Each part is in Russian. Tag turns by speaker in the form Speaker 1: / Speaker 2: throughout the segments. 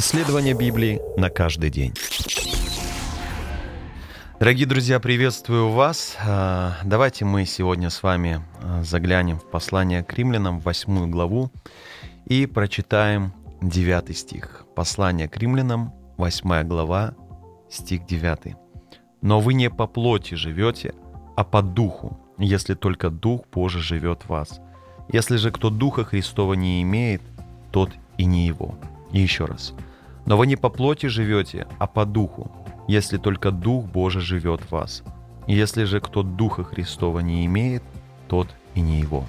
Speaker 1: Исследование Библии на каждый день. Дорогие друзья, приветствую вас. Давайте мы сегодня с вами заглянем в послание к римлянам, 8 главу, и прочитаем 9 стих. Послание к римлянам, 8 глава, стих 9. «Но вы не по плоти живете, а по духу, если только Дух Божий живет в вас. Если же кто Духа Христова не имеет, тот и не его». И еще раз. «Но вы не по плоти живете, а по духу, если только Дух Божий живет в вас. И если же кто Духа Христова не имеет, тот и не его».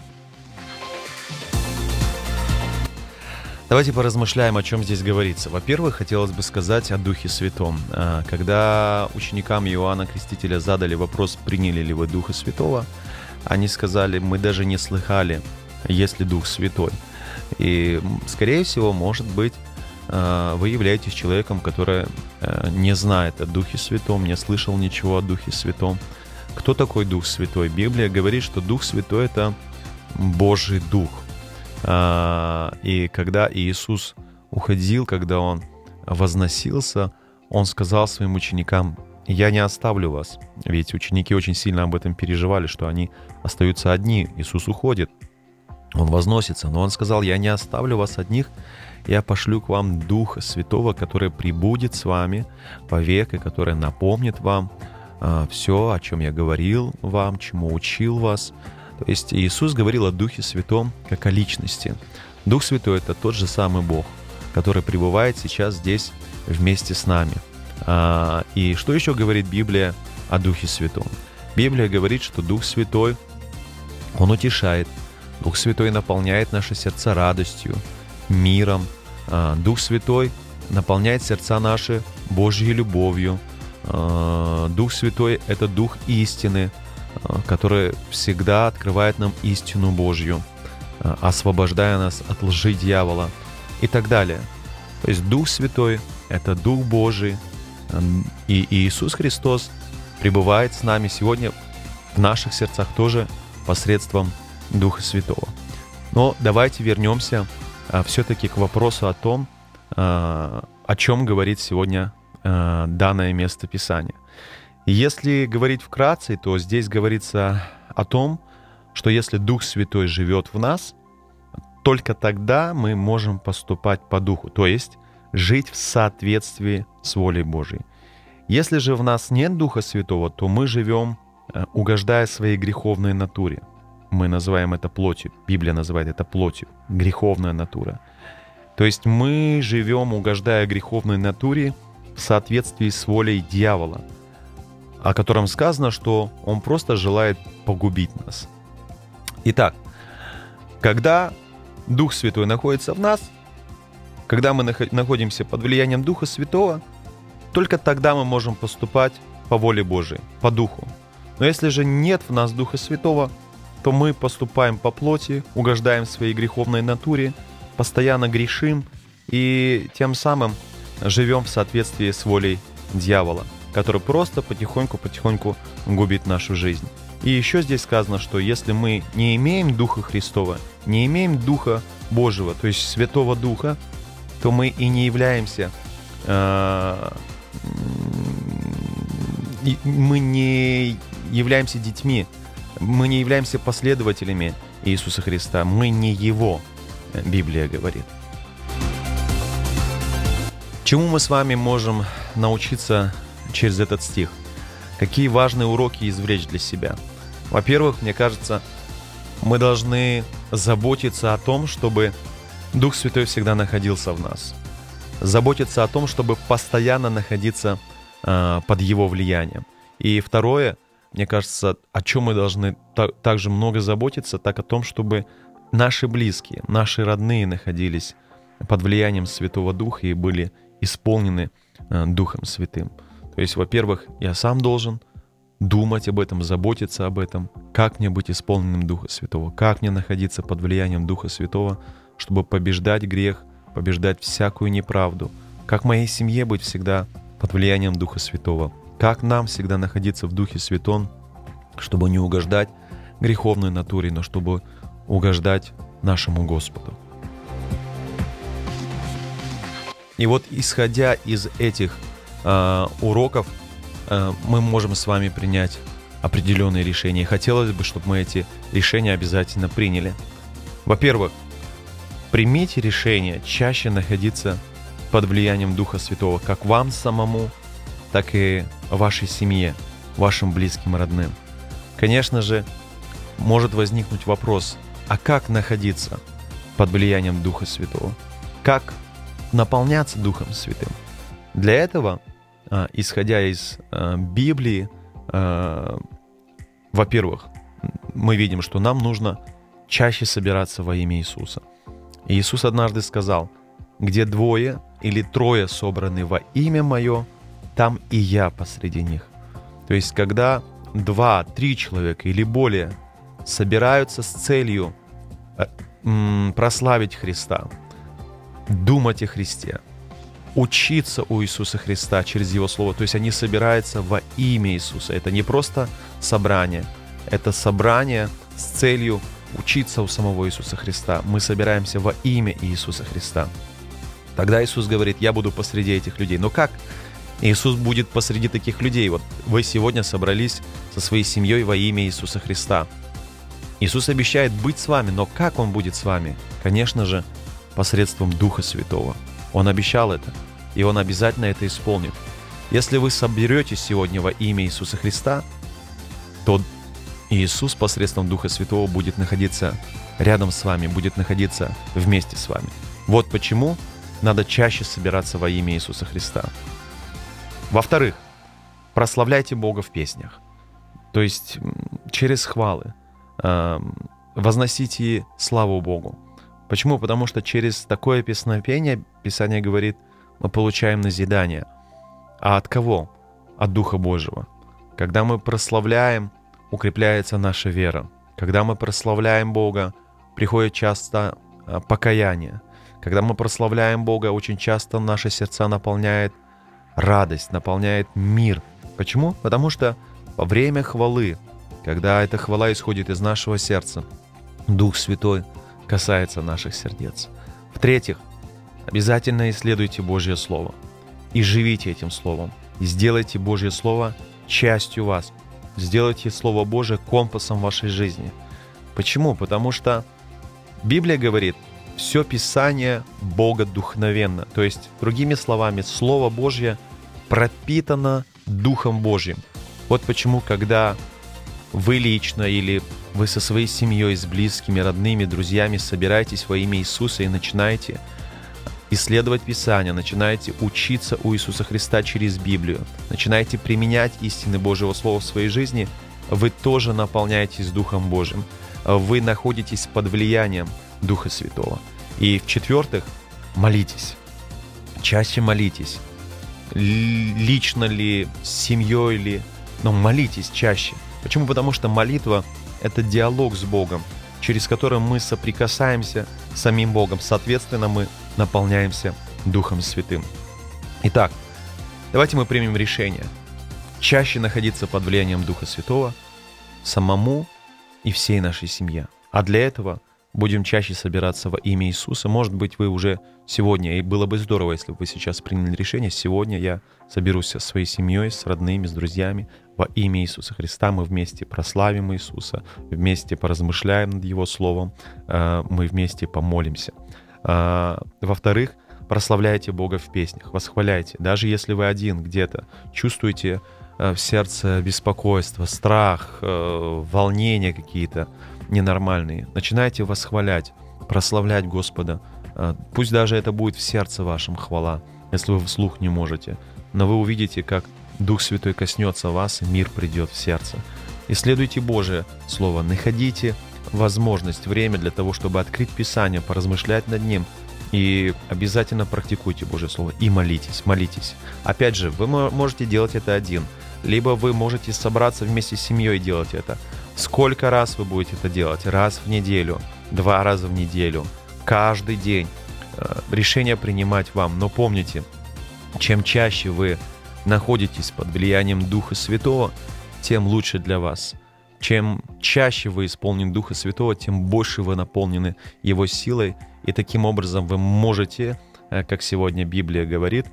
Speaker 1: Давайте поразмышляем, о чем здесь говорится. Во-первых, хотелось бы сказать о Духе Святом. Когда ученикам Иоанна Крестителя задали вопрос, приняли ли вы Духа Святого, они сказали, мы даже не слыхали, есть ли Дух Святой. И, скорее всего, может быть, вы являетесь человеком, который не знает о Духе Святом, не слышал ничего о Духе Святом. Кто такой Дух Святой? Библия говорит, что Дух Святой — это Божий Дух. И когда Иисус уходил, когда Он возносился, Он сказал своим ученикам, «Я не оставлю вас». Ведь ученики очень сильно об этом переживали, что они остаются одни. Иисус уходит, Он возносится. Но Он сказал, «Я не оставлю вас одних, я пошлю к вам Духа Святого, который пребудет с вами повек, и который напомнит вам все, о чем я говорил вам, чему учил вас». То есть Иисус говорил о Духе Святом как о личности. Дух Святой — это тот же самый Бог, который пребывает сейчас здесь вместе с нами. И что еще говорит Библия о Духе Святом? Библия говорит, что Дух Святой, Он утешает, Дух Святой наполняет наши сердца радостью, миром. Дух Святой наполняет сердца наши Божьей любовью. Дух Святой — это Дух истины, который всегда открывает нам истину Божью, освобождая нас от лжи дьявола и так далее. То есть Дух Святой — это Дух Божий, и Иисус Христос пребывает с нами сегодня в наших сердцах тоже посредством Духа Святого. Но давайте вернемся все-таки к вопросу о том, о чем говорит сегодня данное место Писания. Если говорить вкратце, то здесь говорится о том, что если Дух Святой живет в нас, только тогда мы можем поступать по Духу, то есть жить в соответствии с волей Божией. Если же в нас нет Духа Святого, то мы живем, угождая своей греховной натуре. Мы называем это плотью, Библия называет это плотью, греховная натура. То есть мы живем, угождая греховной натуре в соответствии с волей дьявола, о котором сказано, что он просто желает погубить нас. Итак, когда Дух Святой находится в нас, когда мы находимся под влиянием Духа Святого, только тогда мы можем поступать по воле Божией, по Духу. Но если же нет в нас Духа Святого, то мы поступаем по плоти, угождаем своей греховной натуре, постоянно грешим и тем самым живем в соответствии с волей дьявола, который просто потихоньку губит нашу жизнь. И еще здесь сказано, что если мы не имеем Духа Христова, не имеем Духа Божьего, то есть Святого Духа, то мы и не являемся, мы не являемся детьми, мы не являемся последователями Иисуса Христа, мы не Его, Библия говорит. Чему мы с вами можем научиться через этот стих? Какие важные уроки извлечь для себя? Во-первых, мне кажется, мы должны заботиться о том, чтобы Дух Святой всегда находился в нас. Заботиться о том, чтобы постоянно находиться под Его влиянием. И второе, мне кажется, о чем мы должны также много заботиться, так о том, чтобы наши близкие, наши родные находились под влиянием Святого Духа и были исполнены Духом Святым. То есть, во-первых, я сам должен думать об этом, заботиться об этом, как мне быть исполненным Духа Святого, как мне находиться под влиянием Духа Святого, чтобы побеждать грех, побеждать всякую неправду, как моей семье быть всегда под влиянием Духа Святого, как нам всегда находиться в Духе Святом, чтобы не угождать греховной натуре, но чтобы угождать нашему Господу. И вот исходя из этих уроков, мы можем с вами принять определенные решения. И хотелось бы, чтобы мы эти решения обязательно приняли. Во-первых, примите решение чаще находиться под влиянием Духа Святого, как вам самому, так и вашей семье, вашим близким и родным. Конечно же, может возникнуть вопрос, а как находиться под влиянием Духа Святого? Как наполняться Духом Святым? Для этого, исходя из Библии, во-первых, мы видим, что нам нужно чаще собираться во имя Иисуса. И Иисус однажды сказал: «Где 2 или 3 собраны во имя Мое, там и Я посреди них». То есть, когда 2-3 человека или более собираются с целью прославить Христа, думать о Христе, учиться у Иисуса Христа через Его Слово, то есть они собираются во имя Иисуса. Это не просто собрание, это собрание с целью учиться у самого Иисуса Христа. Мы собираемся во имя Иисуса Христа. Тогда Иисус говорит: «Я буду посреди этих людей». Но как Иисус будет посреди таких людей? Вот вы сегодня собрались со своей семьей во имя Иисуса Христа. Иисус обещает быть с вами, но как Он будет с вами? Конечно же, посредством Духа Святого. Он обещал это, и Он обязательно это исполнит. Если вы соберетесь сегодня во имя Иисуса Христа, то Иисус посредством Духа Святого будет находиться рядом с вами, будет находиться вместе с вами. Вот почему надо чаще собираться во имя Иисуса Христа. Во-вторых, прославляйте Бога в песнях, то есть через хвалы. Возносите славу Богу. Почему? Потому что через такое песнопение, Писание говорит, мы получаем назидание. А от кого? От Духа Божьего. Когда мы прославляем, укрепляется наша вера. Когда мы прославляем Бога, приходит часто покаяние. Когда мы прославляем Бога, очень часто наши сердца наполняет радость, наполняет мир. Почему? Потому что во время хвалы, когда эта хвала исходит из нашего сердца, Дух Святой касается наших сердец. В-третьих, обязательно исследуйте Божье Слово и живите этим Словом. И сделайте Божье Слово частью вас. Сделайте Слово Божие компасом вашей жизни. Почему? Потому что Библия говорит, все Писание богодухновенно. То есть, другими словами, Слово Божье пропитано Духом Божьим. Вот почему, когда вы лично или вы со своей семьей, с близкими, родными, друзьями собираетесь во имя Иисуса и начинаете исследовать Писание, начинаете учиться у Иисуса Христа через Библию, начинаете применять истины Божьего Слова в своей жизни, вы тоже наполняетесь Духом Божьим. Вы находитесь под влиянием Духа Святого. И в-четвертых, молитесь. Чаще молитесь. Лично ли, с семьей ли, но молитесь чаще. Почему? Потому что молитва — это диалог с Богом, через который мы соприкасаемся с самим Богом. Соответственно, мы наполняемся Духом Святым. Итак, давайте мы примем решение чаще находиться под влиянием Духа Святого самому и всей нашей семье. А для этого будем чаще собираться во имя Иисуса. Может быть, вы уже сегодня, и было бы здорово, если бы вы сейчас приняли решение, сегодня я соберусь со своей семьей, с родными, с друзьями во имя Иисуса Христа. Мы вместе прославим Иисуса, вместе поразмышляем над Его Словом, мы вместе помолимся. Во-вторых, прославляйте Бога в песнях, восхваляйте. Даже если вы один где-то чувствуете в сердце беспокойство, страх, волнения какие-то ненормальные, начинайте восхвалять, прославлять Господа. Пусть даже это будет в сердце вашем хвала, если вы вслух не можете. Но вы увидите, как Дух Святой коснется вас, и мир придет в сердце. Исследуйте Божие Слово, находите возможность, время для того, чтобы открыть Писание, поразмышлять над ним, и обязательно практикуйте Божье Слово и молитесь, молитесь. Опять же, вы можете делать это один, либо вы можете собраться вместе с семьей и делать это. Сколько раз вы будете это делать? Раз в неделю, 2 раза в неделю, каждый день. Решение принимать вам. Но помните, чем чаще вы находитесь под влиянием Духа Святого, тем лучше для вас. Чем чаще вы исполнены Духа Святого, тем больше вы наполнены Его силой, и таким образом вы можете как сегодня Библия говорит,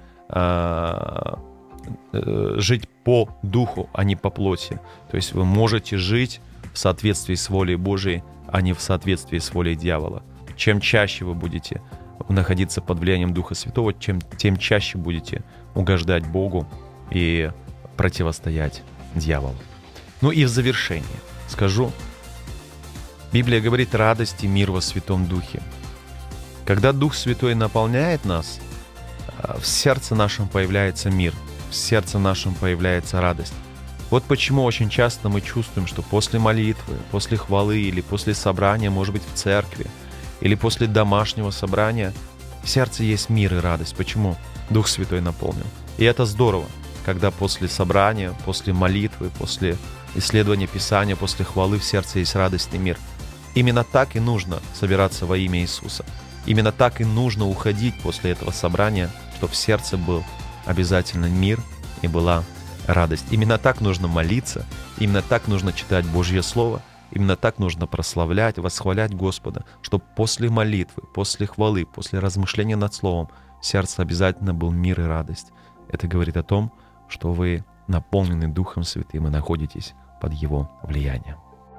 Speaker 1: жить по духу, а не по плоти. То есть вы можете жить в соответствии с волей Божией, а не в соответствии с волей дьявола. Чем чаще вы будете находиться под влиянием Духа Святого, тем чаще будете угождать Богу и противостоять дьяволу. Ну и в завершение скажу, Библия говорит: радость и мир во Святом Духе. Когда Дух Святой наполняет нас, в сердце нашем появляется мир, в сердце нашем появляется радость. Вот почему очень часто мы чувствуем, что после молитвы, после хвалы или после собрания, может быть, в церкви, или после домашнего собрания, в сердце есть мир и радость. Почему? Дух Святой наполнил. И это здорово, когда после собрания, после молитвы, после исследования Писания, после хвалы в сердце есть радость и мир. Именно так и нужно собираться во имя Иисуса. Именно так и нужно уходить после этого собрания, чтобы в сердце был обязательно мир и была радость. Именно так нужно молиться, именно так нужно читать Божье Слово, именно так нужно прославлять, восхвалять Господа, чтобы после молитвы, после хвалы, после размышления над Словом в сердце обязательно был мир и радость. Это говорит о том, что вы наполнены Духом Святым и находитесь под Его влиянием.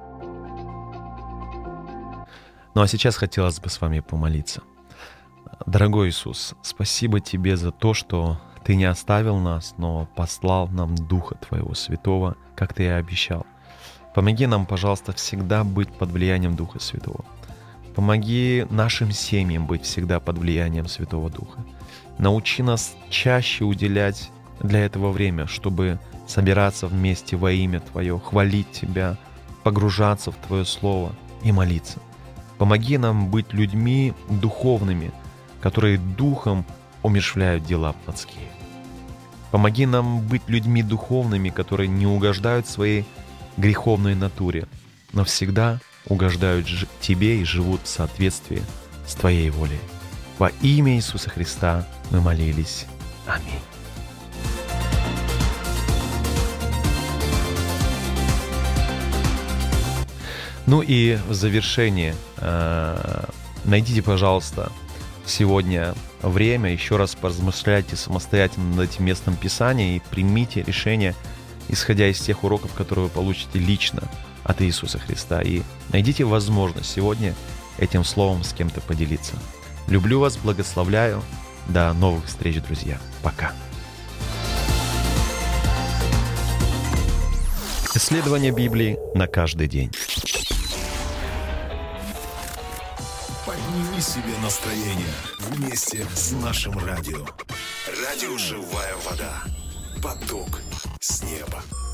Speaker 1: Ну а сейчас хотелось бы с вами помолиться. Дорогой Иисус, спасибо Тебе за то, что Ты не оставил нас, но послал нам Духа Твоего Святого, как Ты и обещал. Помоги нам, пожалуйста, всегда быть под влиянием Духа Святого. Помоги нашим семьям быть всегда под влиянием Святого Духа. Научи нас чаще уделять для этого время, чтобы собираться вместе во имя Твое, хвалить Тебя, погружаться в Твое Слово и молиться. Помоги нам быть людьми духовными, которые духом умерщвляют дела плотские. Помоги нам быть людьми духовными, которые не угождают своей греховной натуре, но всегда угождают Тебе и живут в соответствии с Твоей волей. Во имя Иисуса Христа мы молились. Аминь. Ну и в завершение найдите, пожалуйста, сегодня время, еще раз поразмышляйте самостоятельно над этим местом Писания и примите решение, исходя из тех уроков, которые вы получите лично от Иисуса Христа. И найдите возможность сегодня этим словом с кем-то поделиться. Люблю вас, благословляю. До новых встреч, друзья. Пока. Исследование Библии на каждый день.
Speaker 2: Подними себе настроение вместе с нашим радио. Радио «Живая вода». Поток с неба.